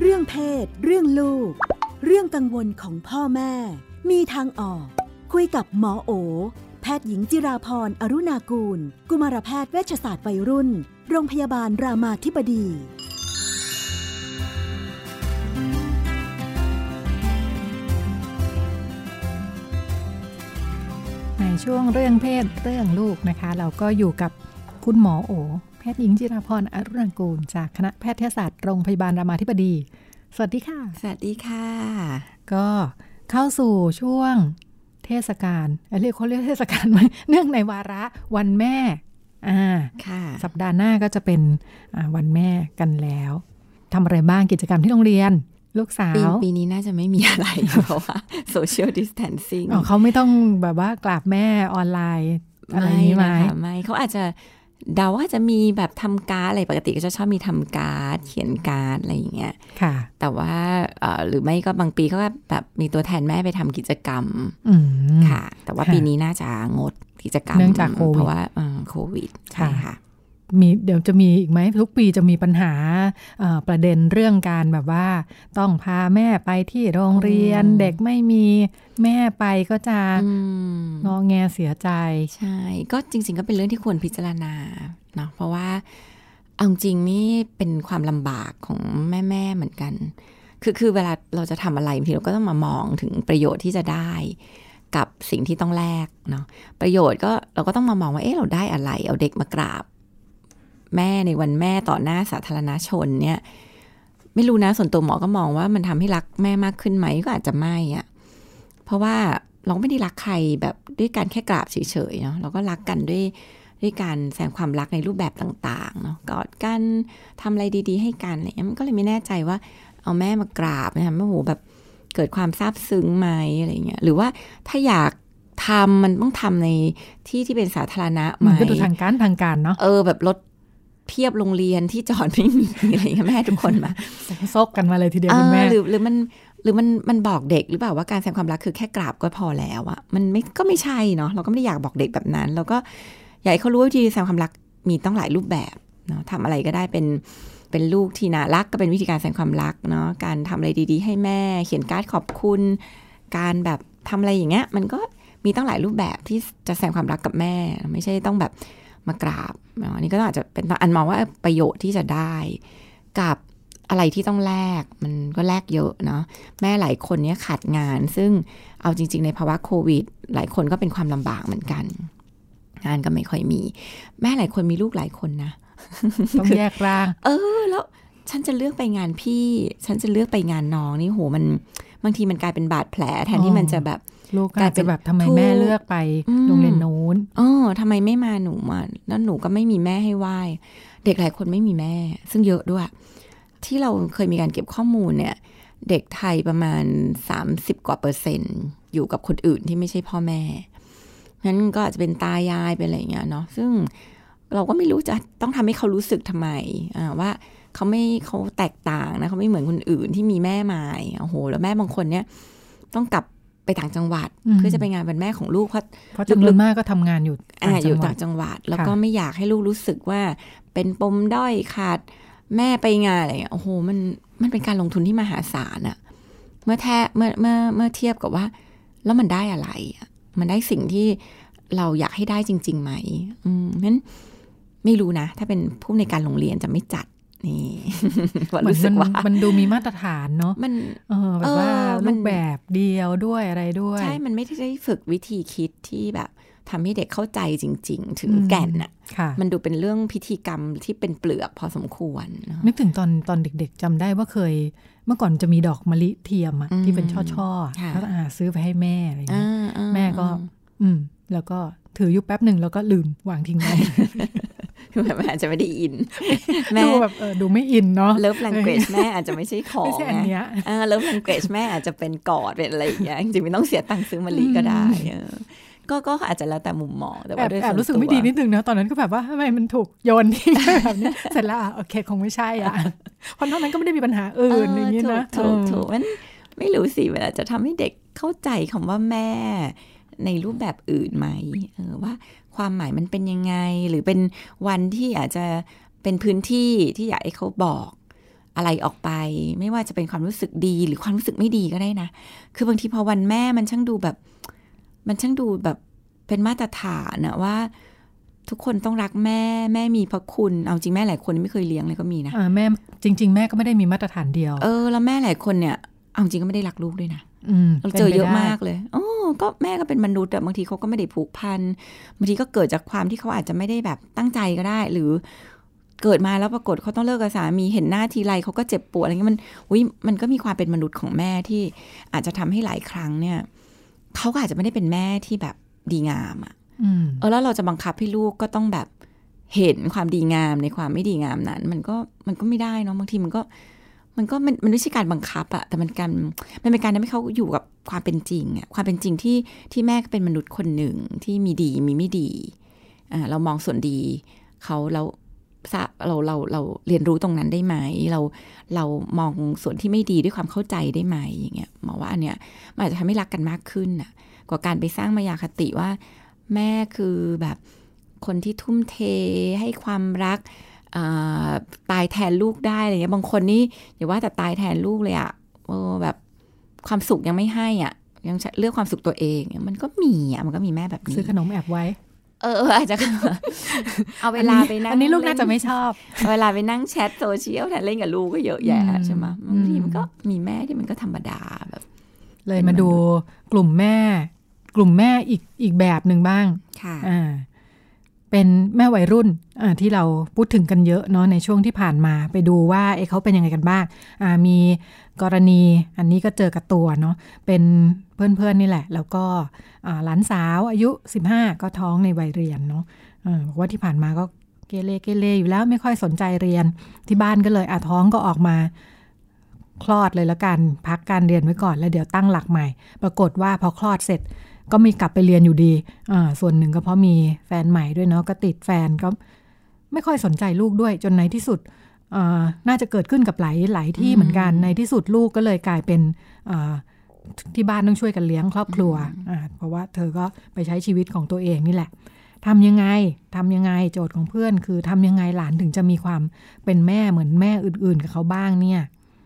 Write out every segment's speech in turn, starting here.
เรื่องเพศเรื่องลูกเรื่องกังวลของพ่อแม่มีทางออกคุยกับหมอโอแพทย์หญิงจิราพรอรุณากูลกุมารแพทย์เวชศาสตร์วัยรุ่นโรงพยาบาลรามาธิบดีในช่วงเรื่องเพศเรื่องลูกนะคะเราก็อยู่กับคุณหมอโอแพทย์หญิงจิราพรอรุณากูลจากคณะแพทยศาสตร์โรงพยาบาลรามาธิบดีสวัสดีค่ะสวัสดีค่ะก็เข้าสู่ช่วงเทศกาลเรียกเทศกาลไหมเนื่องในวาระวันแม่สัปดาห์หน้าก็จะเป็นวันแม่กันแล้วทำอะไรบ้างกิจกรรมที่โรงเรียนลูกสาวปีนี้น่าจะไม่มีอะไร เพราะว่า social distancing เขาไม่ต้องแบบว่ากราบแม่ออนไลน์อะไรนี้ไหมไม่เขาอาจจะเดาว่าจะมีแบบทำการ์ดอะไรปกติก็จะชอบมีทำการ์ดเขียนการ์ดอะไรอย่างเงี้ยแต่ว่าหรือไม่ก็บางปีเขาก็แบบมีตัวแทนแม่ไปทำกิจกรรมค่ะแต่ว่าปีนี้น่าจะงดกิจกรรมเนื่องจากโควิดเพราะว่าโควิดใช่ค่ะเดี๋ยวจะมีอีกไหมทุกปีจะมีปัญหาประเด็นเรื่องการแบบว่าต้องพาแม่ไปที่โรงเรียนเด็กไม่มีแม่ไปก็จะงอแงเสียใจใช่ก็จริงๆก็เป็นเรื่องที่ควรพิจารณาเนาะเพราะว่าเอาจริงนี่เป็นความลำบากของแม่ๆเหมือนกันคือเวลาเราจะทำอะไรบางทีเราก็ต้องมามองถึงประโยชน์ที่จะได้กับสิ่งที่ต้องแลกเนาะประโยชน์ก็เราก็ต้องมามองว่าเราได้อะไรเอาเด็กมากราบแม่ในวันแม่ต่อหน้าสาธารณชนเนี่ยไม่รู้นะส่วนตัวหมอก็มองว่ามันทำให้รักแม่มากขึ้นไหมก็อาจจะไม่อะเพราะว่าเราไม่ได้รักใครแบบด้วยการแค่กราบเฉยๆเนาะเราก็รักกันด้วยการแสดงความรักในรูปแบบต่างๆเนาะกอดกันทำอะไรดีๆให้กันอะไรเงี้ยมันก็เลยไม่แน่ใจว่าเอาแม่มากราบนะคะโอ้โหแบบเกิดความซาบซึ้งไหมอะไรเงี้ยหรือว่าถ้าอยากทำมันต้องทำในที่เป็นสาธารณะไหมมันก็ดูทางการเนาะแบบรถเพียบโรงเรียนที่จอดไม่มีอะไรแม่ทุกคนมาซกกันมาเลยทีเดียวคุณแม่หรือมันบอกเด็กหรือเปล่าว่าการแสดงความรักคือแค่กราบก็พอแล้วอะมันไม่ใช่เนาะเราก็ไม่ได้อยากบอกเด็กแบบนั้นเราก็อยากให้เขารู้ว่าวิธีแสดงความรักมีต้องหลายรูปแบบเนาะทำอะไรก็ได้เป็นลูกที่น่ารักก็เป็นวิธีการแสดงความรักเนาะการทำอะไรดีๆให้แม่เขียนการ์ดขอบคุณการแบบทำอะไรอย่างเงี้ยมันก็มีตั้งหลายรูปแบบที่จะแสดงความรักกับแม่ไม่ใช่ต้องแบบมากราบอันนี้ก็อาจจะเป็นอันมองว่าประโยชน์ที่จะได้กับอะไรที่ต้องแลกมันก็แลกเยอะเนาะแม่หลายคนเนี้ยขาดงานซึ่งเอาจริงๆในภาวะโควิดหลายคนก็เป็นความลำบากเหมือนกันงานก็ไม่ค่อยมีแม่หลายคนมีลูกหลายคนนะต้องแยกร่างแล้วฉันจะเลือกไปงานพี่ฉันจะเลือกไปงานน้องนี่โหมันบางทีมันกลายเป็นบาดแผลแทนที่มันจะแบบลูกกลายเป็นแบบทำไมแม่เลือกไปโรงเรียนโน้นทำไมไม่มาหนูมาแล้วหนูก็ไม่มีแม่ให้ไหว้เด็กหลายคนไม่มีแม่ซึ่งเยอะด้วยที่เราเคยมีการเก็บข้อมูลเนี่ยเด็กไทยประมาณ30%กว่าอยู่กับคนอื่นที่ไม่ใช่พ่อแม่งั้นก็อาจจะเป็นตายายเป็นอะไรอย่างเงี้ยเนาะซึ่งเราก็ไม่รู้จะต้องทำให้เขารู้สึกทำไมว่าเขาแตกต่างนะเขาไม่เหมือนคนอื่นที่มีแม่มาโอ้โหแล้วแม่บางคนเนี่ยต้องกลับไปต่างจังหวัดเพื่อจะไปงานวันแม่ของลูกเพราะจำนวนมากก็ทำงานอยู่ต่างจังหวัดแล้วก็ไม่อยากให้ลูกรู้สึกว่าเป็นปมด้อยขาดแม่ไปงานอะไรโอ้โหมันเป็นการลงทุนที่มหาศาลอะเมื่อเทียบกับว่าแล้วมันได้อะไรมันได้สิ่งที่เราอยากให้ได้จริงๆไหมงั้นไม่รู้นะถ้าเป็นผู้ในการโรงเรียนจะไม่จัดนี่รู้สึกว่ามันดูมีมาตรฐานเนาะมันแบบว่ารูปแบบเดียวด้วยอะไรด้วยใช่มันไม่ได้ฝึกวิธีคิดที่แบบทำให้เด็กเข้าใจจริงๆถึงแก่นน่ะมันดูเป็นเรื่องพิธีกรรมที่เป็นเปลือกพอสมควรนึกถึงตอนเด็กๆจำได้ว่าเคยเมื่อก่อนจะมีดอกมะลิเทียมที่เป็นช่อๆแล้วซื้อไปให้แม่อะไรอย่างเงี้ยแม่ก็แล้วก็ถืออยู่แป๊บหนึ่งแล้วก็ลืมวางทิ้งไว้แม่อาจจะไม่ได้อินแม่แบบดูไม่อินเนาะเลิฟแลงเกจแม่อาจจะไม่ใช่ของไม่ใช่อันเนี้ยเลิฟแลงเกจแม่อาจจะเป็นกอดเป็นอะไรอย่างเงี้ยจริงๆไม่ต้องเสียตังค์ซื้อมะลิก็ได้ก็อาจจะแล้วแต่มุมมองแต่ว่าด้วยส่วนตัวรู้สึกไม่ดีนิดนึงนะตอนนั้นก็แบบว่าทำไมมันถูกโยนทิ้งแบบนี้เสร็จแล้วโอเคคงไม่ใช่เพราะนอกนั้นก็ไม่ได้มีปัญหาอื่นอย่างนี้นะถูกมันไม่รู้สิเวลาจะทำให้เด็กเข้าใจคำว่าแม่ในรูปแบบอื่นไหมว่าความหมายมันเป็นยังไงหรือเป็นวันที่อาจจะเป็นพื้นที่ที่อยากให้เขาบอกอะไรออกไปไม่ว่าจะเป็นความรู้สึกดีหรือความรู้สึกไม่ดีก็ได้นะคือบางทีพอวันแม่มันช่างดูแบบเป็นมาตรฐานนะว่าทุกคนต้องรักแม่มีพระคุณเอาจริงแม่หลายคนไม่เคยเลี้ยงเลยก็มีนะแม่จริงๆแม่ก็ไม่ได้มีมาตรฐานเดียวแล้วแม่หลายคนเนี่ยเอาจริงก็ไม่ได้รักลูกด้วยนะเราเจอเยอะมากเลยก็แม่ก็เป็นมนุษย์บางทีเขาก็ไม่ได้ผูกพันบางทีก็เกิดจากความที่เขาอาจจะไม่ได้แบบตั้งใจก็ได้หรือเกิดมาแล้วปรากฏเขาต้องเลิกกับสามีเห็นหน้าทีไรเขาก็เจ็บปวดอะไรเงี้ยมันก็มีความเป็นมนุษย์ของแม่ที่อาจจะทำให้หลายครั้งเนี่ยเขาก็อาจจะไม่ได้เป็นแม่ที่แบบดีงามอ่ะแล้วเราจะบังคับให้ลูกก็ต้องแบบเห็นความดีงามในความไม่ดีงามนั้นมันก็ไม่ได้เนาะบางทีมันไม่ใช่การบังคับอะแต่มันเป็นการทำให้เขาอยู่กับความเป็นจริงอะความเป็นจริงที่แม่ก็เป็นมนุษย์คนหนึ่งที่มีดีมีไม่ดีเรามองส่วนดีเขาเราเรียนรู้ตรงนั้นได้ไหมเรามองส่วนที่ไม่ดีด้วยความเข้าใจได้ไหมอย่างเงี้ยหมอว่าอันเนี้ยมันอาจจะทำให้รักกันมากขึ้นน่ะกว่าการไปสร้างมายาคติว่าแม่คือแบบคนที่ทุ่มเทให้ความรักตายแทนลูกได้อะไรเงี้ยบางคนนี่อย่าว่าแต่ตายแทนลูกเลยอะแบบความสุขยังไม่ให้อ่ะยังเลือกความสุขตัวเองมันก็มีแม่แบบนี้ซื้อขนมแอบไว้อาจจะเอาเวลาไปนั่งอันนี้ลูกน่าจะไม่ชอบเวลาไปนั่งแชทโซเชียลแทนเล่นกับลูกก็เยอะแยะใช่ไหมบางทีมันก็มีแม่ที่มันก็ธรรมดาแบบเลยมาดูกลุ่มแม่อีกแบบหนึ่งบ้างค่ะเป็นแม่วัยรุ่นที่เราพูดถึงกันเยอะเนาะในช่วงที่ผ่านมาไปดูว่าเขาเป็นยังไงกันบ้างมีกรณีอันนี้ก็เจอกับตัวเนาะเป็นเพื่อนๆนี่แหละแล้วก็หลานสาวอายุ15ก็ท้องในวัยเรียนเนาะบอกว่าที่ผ่านมาก็เกเรอยู่แล้วไม่ค่อยสนใจเรียนที่บ้านก็เลยท้องก็ออกมาคลอดเลยแล้วกันพักการเรียนไว้ก่อนแล้วเดี๋ยวตั้งหลักใหม่ปรากฏว่าพอคลอดเสร็จก็มีกลับไปเรียนอยู่ดีส่วนหนึ่งก็เพราะมีแฟนใหม่ด้วยเนาะก็ติดแฟนก็ไม่ค่อยสนใจลูกด้วยจนในที่สุดน่าจะเกิดขึ้นกับหลายที่เหมือนกันในที่สุดลูกก็เลยกลายเป็นที่บ้านต้องช่วยกันเลี้ยงครอบครัวเพราะว่าเธอก็ไปใช้ชีวิตของตัวเองนี่แหละทำยังไงโจทย์ของเพื่อนคือทำยังไงหลานถึงจะมีความเป็นแม่เหมือนแม่อื่นๆกับเขาบ้างเนี่ย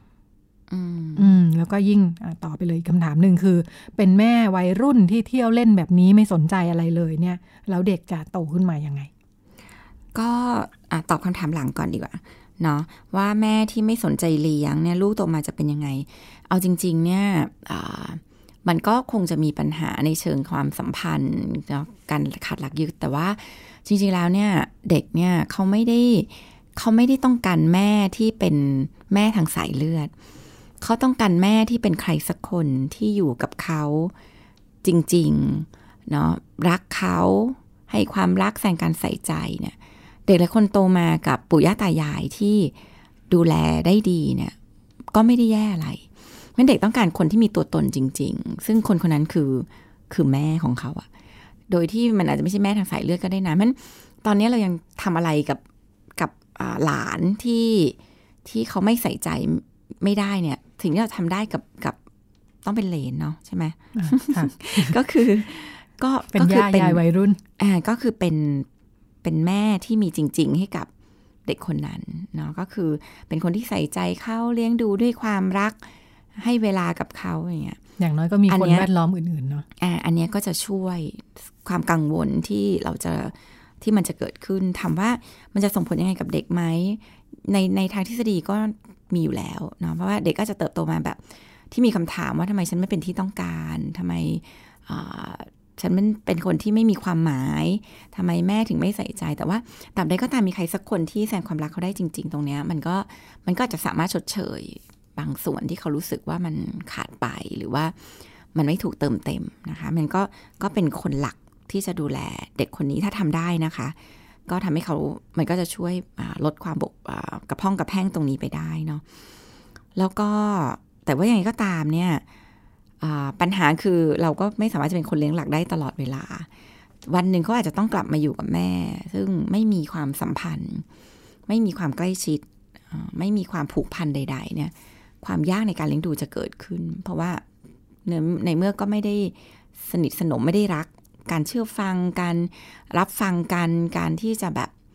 แล้วก็ยิ่งต่อไปเลยคำถามหนึ่งคือเป็นแม่วัยรุ่นที่เที่ยวเล่นแบบนี้ไม่สนใจอะไรเลยเนี่ยแล้วเด็กจะโตขึ้นมายังไงก็ตอบคำถามหลังก่อนดีกว่าเนาะว่าแม่ที่ไม่สนใจเลี้ยงเนี่ยลูกโตมาจะเป็นยังไงเอาจริงๆเนี่ยมันก็คงจะมีปัญหาในเชิงความสัมพันธ์เนาะการขาดหลักยึดแต่ว่าจริงๆแล้วเนี่ยเด็กเนี่ยเขาไม่ได้ต้องการแม่ที่เป็นแม่ทางสายเลือดเขาต้องการแม่ที่เป็นใครสักคนที่อยู่กับเขาจริงๆเนาะรักเขาให้ความรักแสดงการใส่ใจเนี่ยเด็กหลายคนโตมากับปู่ย่าตายายที่ดูแลได้ดีเนี่ยก็ไม่ได้แย่อะไรงั้นเด็กต้องการคนที่มีตัวตนจริงๆซึ่งคนคนนั้นคือแม่ของเขาอะโดยที่มันอาจจะไม่ใช่แม่ทางสายเลือดก็ได้นะมันตอนนี้เรายังทำอะไรกับหลานที่เขาไม่ใส่ใจไม่ได้เนี่ยถึงที่เราทำได้กับต้องเป็นเหลนเนาะใช่ไหม ก็คือก็เป็นยายวัยรุ่นก็คือเป็นแม่ที่มีจริงๆให้กับเด็กคนนั้นเนาะก็คือเป็นคนที่ใส่ใจเขาเลี้ยงดูด้วยความรักให้เวลากับเขาอย่างเงี้ยอย่างน้อยก็มีคนแวดล้อมอื่นๆเนาะอันนี้ก็จะช่วยความกังวลที่มันจะเกิดขึ้นถามว่ามันจะส่งผลยังไงกับเด็กไหมในทางทฤษฎีก็มีอยู่แล้วเนาะเพราะว่าเด็กก็จะเติบโตมาแบบที่มีคำถามว่าทำไมฉันไม่เป็นที่ต้องการทำไมฉันเป็นคนที่ไม่มีความหมายทำไมแม่ถึงไม่ใส่ใจแต่ว่าตราบใดก็ตามมีใครสักคนที่แสดงความรักเขาได้จริงๆตรงเนี้ยมันก็จะสามารถชดเชยบางส่วนที่เขารู้สึกว่ามันขาดไปหรือว่ามันไม่ถูกเติมเต็มนะคะมันก็เป็นคนหลักที่จะดูแลเด็กคนนี้ถ้าทำได้นะคะก็ทำให้เขามันก็จะช่วยลดความกระพ้องกระแพ้งตรงนี้ไปได้เนาะแล้วก็แต่ว่าอย่างไรก็ตามเนี่ยปัญหาคือเราก็ไม่สามารถจะเป็นคนเลี้ยงหลักได้ตลอดเวลาวันหนึ่งเขาอาจจะต้องกลับมาอยู่กับแม่ซึ่งไม่มีความสัมพันธ์ไม่มีความใกล้ชิดไม่มีความผูกพันใดๆเนี่ยความยากในการเลี้ยงดูจะเกิดขึ้นเพราะว่าในเมื่อก็ไม่ได้สนิทสนมไม่ได้รักการเชื่อฟังการรับฟังกันการที่จะแบบ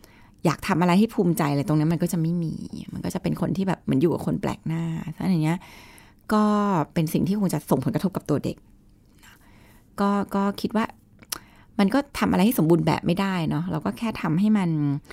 อยากทำอะไรให้ภูมิใจอะไรตรงนี้มันก็จะไม่มีมันก็จะเป็นคนที่แบบเหมือนอยู่กับคนแปลกหน้าถ้าอย่างเงี้ยก็เป็นสิ่งที่คงจะส่งผลกระทบกับตัวเด็กก็คิดว่ามันก็ทำอะไรให้สมบูรณ์แบบไม่ได้เนาะเราก็แค่ทำให้มัน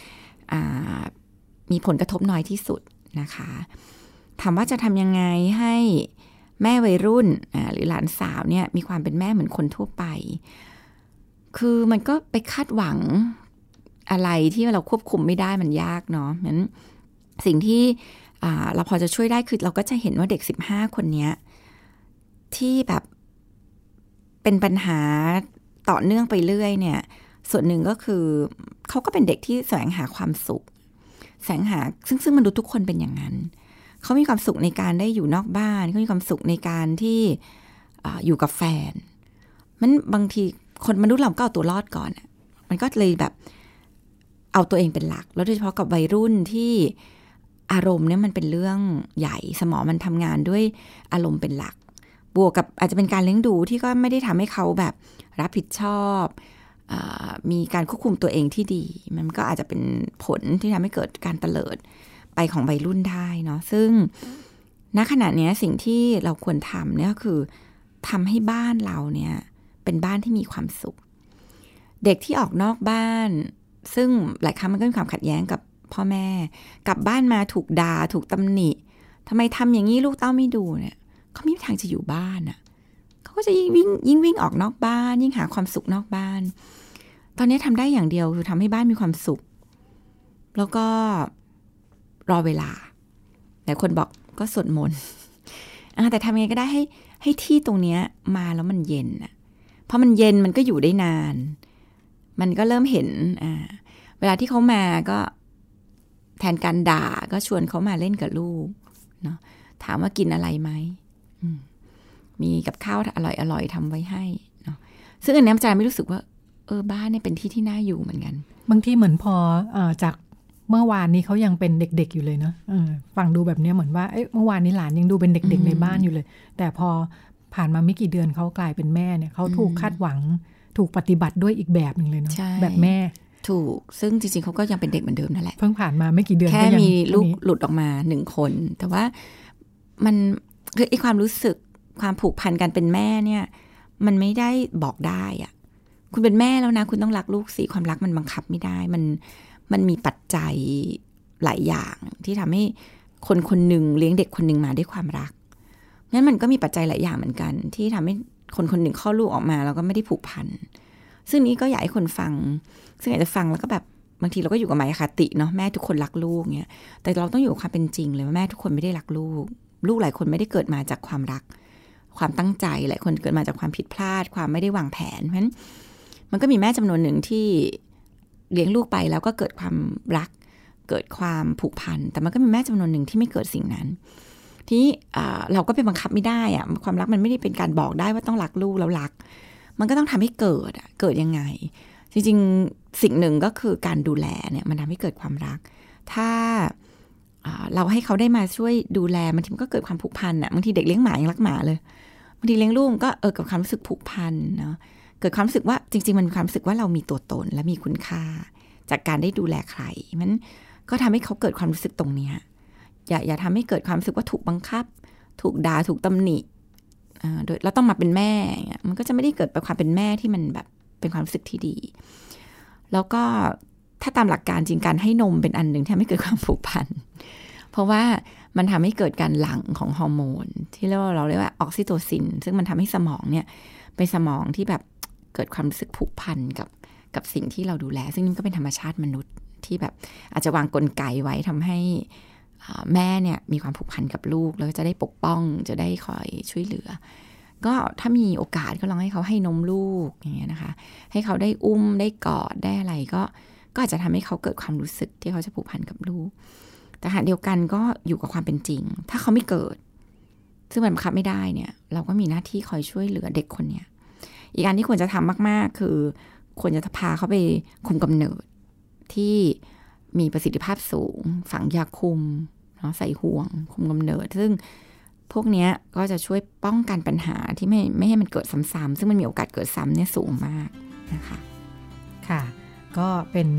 มีผลกระทบน้อยที่สุดนะคะถามว่าจะทำยังไงให้แม่วัยรุ่นหรือหลานสาวเนี่ยมีความเป็นแม่เหมือนคนทั่วไปคือมันก็ไปคาดหวังอะไรที่เราควบคุมไม่ได้มันยากเนาะงั้นสิ่งที่เราพอจะช่วยได้คือเราก็จะเห็นว่าเด็ก15คนนี้ที่แบบเป็นปัญหาต่อเนื่องไปเรื่อยเนี่ยส่วนหนึ่งก็คือเขาก็เป็นเด็กที่แสวงหาความสุขแสวงหาซึ่งมนุษย์ทุกคนเป็นอย่างนั้นเขามีความสุขในการได้อยู่นอกบ้านเขามีความสุขในการที่อยู่กับแฟนมันบางทีคนมนุษย์เราก็เอาตัวรอดก่อนมันก็เลยแบบเอาตัวเองเป็นหลักแล้วโดยเฉพาะกับวัยรุ่นที่อารมณ์เนี่ยมันเป็นเรื่องใหญ่สมองมันทำงานด้วยอารมณ์เป็นหลักบวกกับอาจจะเป็นการเลี้ยงดูที่ก็ไม่ได้ทำให้เขาแบบรับผิดชอบมีการควบคุมตัวเองที่ดีมันก็อาจจะเป็นผลที่ทำให้เกิดการเตลิดไปของวัยรุ่นได้เนาะซึ่งณขณะนี้สิ่งที่เราควรทำเนี่ยก็คือทำให้บ้านเราเนี่ยเป็นบ้านที่มีความสุขเด็กที่ออกนอกบ้านซึ่งหลายครั้งมันก็มีความขัดแย้งกับพ่อแม่กลับบ้านมาถูกด่าถูกตำหนิทำไมทำอย่างนี้ลูกเต้าไม่ดูเนี่ยเขาไม่มีทางจะอยู่บ้านอ่ะเขาก็จะยิ่งวิ่งออกนอกบ้านยิ่งหาความสุขนอกบ้านตอนนี้ทำได้อย่างเดียวคือทำให้บ้านมีความสุขแล้วก็รอเวลาแต่คนบอกก็สวดมนต์แต่ทำยังไงก็ได้ให้ที่ตรงนี้มาแล้วมันเย็นอ่ะพอมันเย็นมันก็อยู่ได้นานมันก็เริ่มเห็นเวลาที่เขามาก็แทนการด่าก็ชวนเขามาเล่นกับลูกเนาะถามว่ากินอะไรไหมมีกับข้าวอร่อยทำไว้ให้เนาะซึ่งอันนี้อาจารย์ไม่รู้สึกว่าบ้านเนี่ยเป็นที่ที่น่าอยู่เหมือนกันบางทีเหมือนพอจากเมื่อวานนี้เขายังเป็นเด็กๆอยู่เลยเนาะฟังดูแบบนี้เหมือนว่าเมื่อวานนี้หลานยังดูเป็นเด็กๆในบ้านอยู่เลยแต่พอผ่านมาไม่กี่เดือนเขากลายเป็นแม่เนี่ยเขาถูกคาดหวังถูกปฏิบัติด้วยอีกแบบนึงเลยเนาะแบบแม่ถูกซึ่งจริงๆเขาก็ยังเป็นเด็กเหมือนเดิมนั่นแหละเพิ่งผ่านมาไม่กี่เดือนแค่มีลูกหลุดออกมา1คนแต่ว่ามันคือไอ้ความรู้สึกความผูกพันกันเป็นแม่เนี่ยมันไม่ได้บอกได้อะคุณเป็นแม่แล้วนะคุณต้องรักลูกสิความรักมันบังคับไม่ได้มันมีปัจจัยหลายอย่างที่ทำให้คนหนึ่งเลี้ยงเด็กคนหนึ่งมาด้วยความรักงั้นมันก็มีปัจจัยหลายอย่างเหมือนกันที่ทำให้คนหนึ่งคลอดลูกออกมาแล้วก็ไม่ได้ผูกพันซึ่งนี้ก็อยากให้คนฟังซึ่งอาจจะฟังแล้วก็แบบบางทีเราก็อยู่กับมายาคติเนาะแม่ทุกคนรักลูกเงี้ยแต่เราต้องอยู่กับความเป็นจริงเลยว่าแม่ทุกคนไม่ได้รักลูกหลายคนไม่ได้เกิดมาจากความรักความตั้งใจหลายคนเกิดมาจากความผิดพลาดความไม่ได้วางแผนเพราะฉะนั้นมันก็มีแม่จำนวนหนึ่งที่เลี้ยงลูกไปแล้วก็เกิดความรักเกิดความผูกพันแต่มันก็มีแม่จำนวนหนึ่งที่ไม่เกิดสิ่งนั้นที่เราก็ไปบังคับไม่ได้อะความรักมันไม่ได้เป็นการบอกได้ว่าต้องรักลูกแล้วรักมันก็ต้องทำให้เกิดยังไงจริงๆสิ่งหนึ่งก็คือการดูแลเนี่ยมันทำให้เกิดความรักถ้าเราให้เขาได้มาช่วยดูแลบางทีมันก็เกิดความผูกพันบางทีเด็กเลี้ยงหมายังรักหมาเลยบางทีเลี้ยงลูกก็เกิดความรู้สึกผูกพันเนาะเกิดความรู้สึกว่าจริงๆมันมีความรู้สึกว่าเรามีตัวตนและมีคุณค่าจากการได้ดูแลใครมันก็ทำให้เขาเกิดความรู้สึกตรงนี้อย่าทำให้เกิดความรู้สึกว่าถูกบังคับถูกด่าถูกตำหนิโดยเราต้องมาเป็นแม่มันก็จะไม่ได้เกิดเป็นความเป็นแม่ที่มันแบบเป็นความรู้สึกที่ดีแล้วก็ถ้าตามหลักการจริงการให้นมเป็นอันหนึ่งที่ทำให้เกิดความผูกพันเพราะว่ามันทำให้เกิดการหลั่งของฮอร์โมนที่เราเรียกว่าออกซิโตซินซึ่งมันทำให้สมองเนี่ยเป็นสมองที่แบบเกิดความรู้สึกผูกพันกับสิ่งที่เราดูแลซึ่งนี่ก็เป็นธรรมชาติมนุษย์ที่แบบอาจจะวางกลไกไว้ทำให้แม่เนี่ยมีความผูกพันกับลูกแล้วจะได้ปกป้องจะได้คอยช่วยเหลือก็ถ้ามีโอกาสก็ลองให้เขาให้นมลูกอย่างเงี้ยนะคะให้เขาได้อุ้มได้กอดได้อะไรก็อาจจะทำให้เขาเกิดความรู้สึกที่เขาจะผูกพันกับลูกแต่ขณะเดียวกันก็อยู่กับความเป็นจริงถ้าเขาไม่เกิดซึ่งมันบังคับไม่ได้เนี่ยเราก็มีหน้าที่คอยช่วยเหลือเด็กคนเนี้ยอีกอันที่ควรจะทำมากๆคือควรจะพาเขาไปคุมกำเนิดที่มีประสิทธิภาพสูงฝังยาคุมเนาะใส่ห่วงคุมกำเนิดซึ่งพวกนี้ก็จะช่วยป้องกันปัญหาที่ไม่ให้มันเกิดซ้ำๆซึ่งมันมีโอกาสเกิดซ้ำเนี่ยสูงมากนะคะค่ะก็เป็น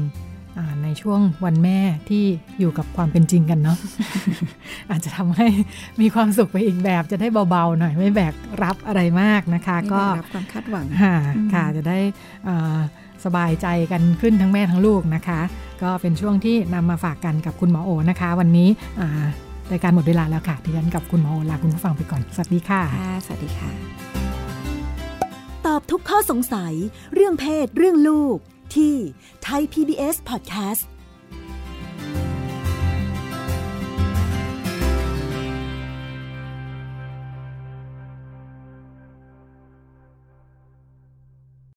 ในช่วงวันแม่ที่อยู่กับความเป็นจริงกันเนาะ อาจจะทำให้มีความสุขไปอีกแบบจะได้เบาๆหน่อยไม่แบกรับอะไรมากนะคะก็รับความคาดหวังค่ะจะได้สบายใจกันขึ้นทั้งแม่ทั้งลูกนะคะก็เป็นช่วงที่นำมาฝากกันกับคุณหมอโอนะคะวันนี้รายการหมดเวลาแล้วค่ะดิฉันกับคุณหมอโอลาคุณผู้ฟังไปก่อนสวัสดีค่ะสวัสดีค่ะตอบทุกข้อสงสัยเรื่องเพศเรื่องลูกที่ Thai PBS Podcast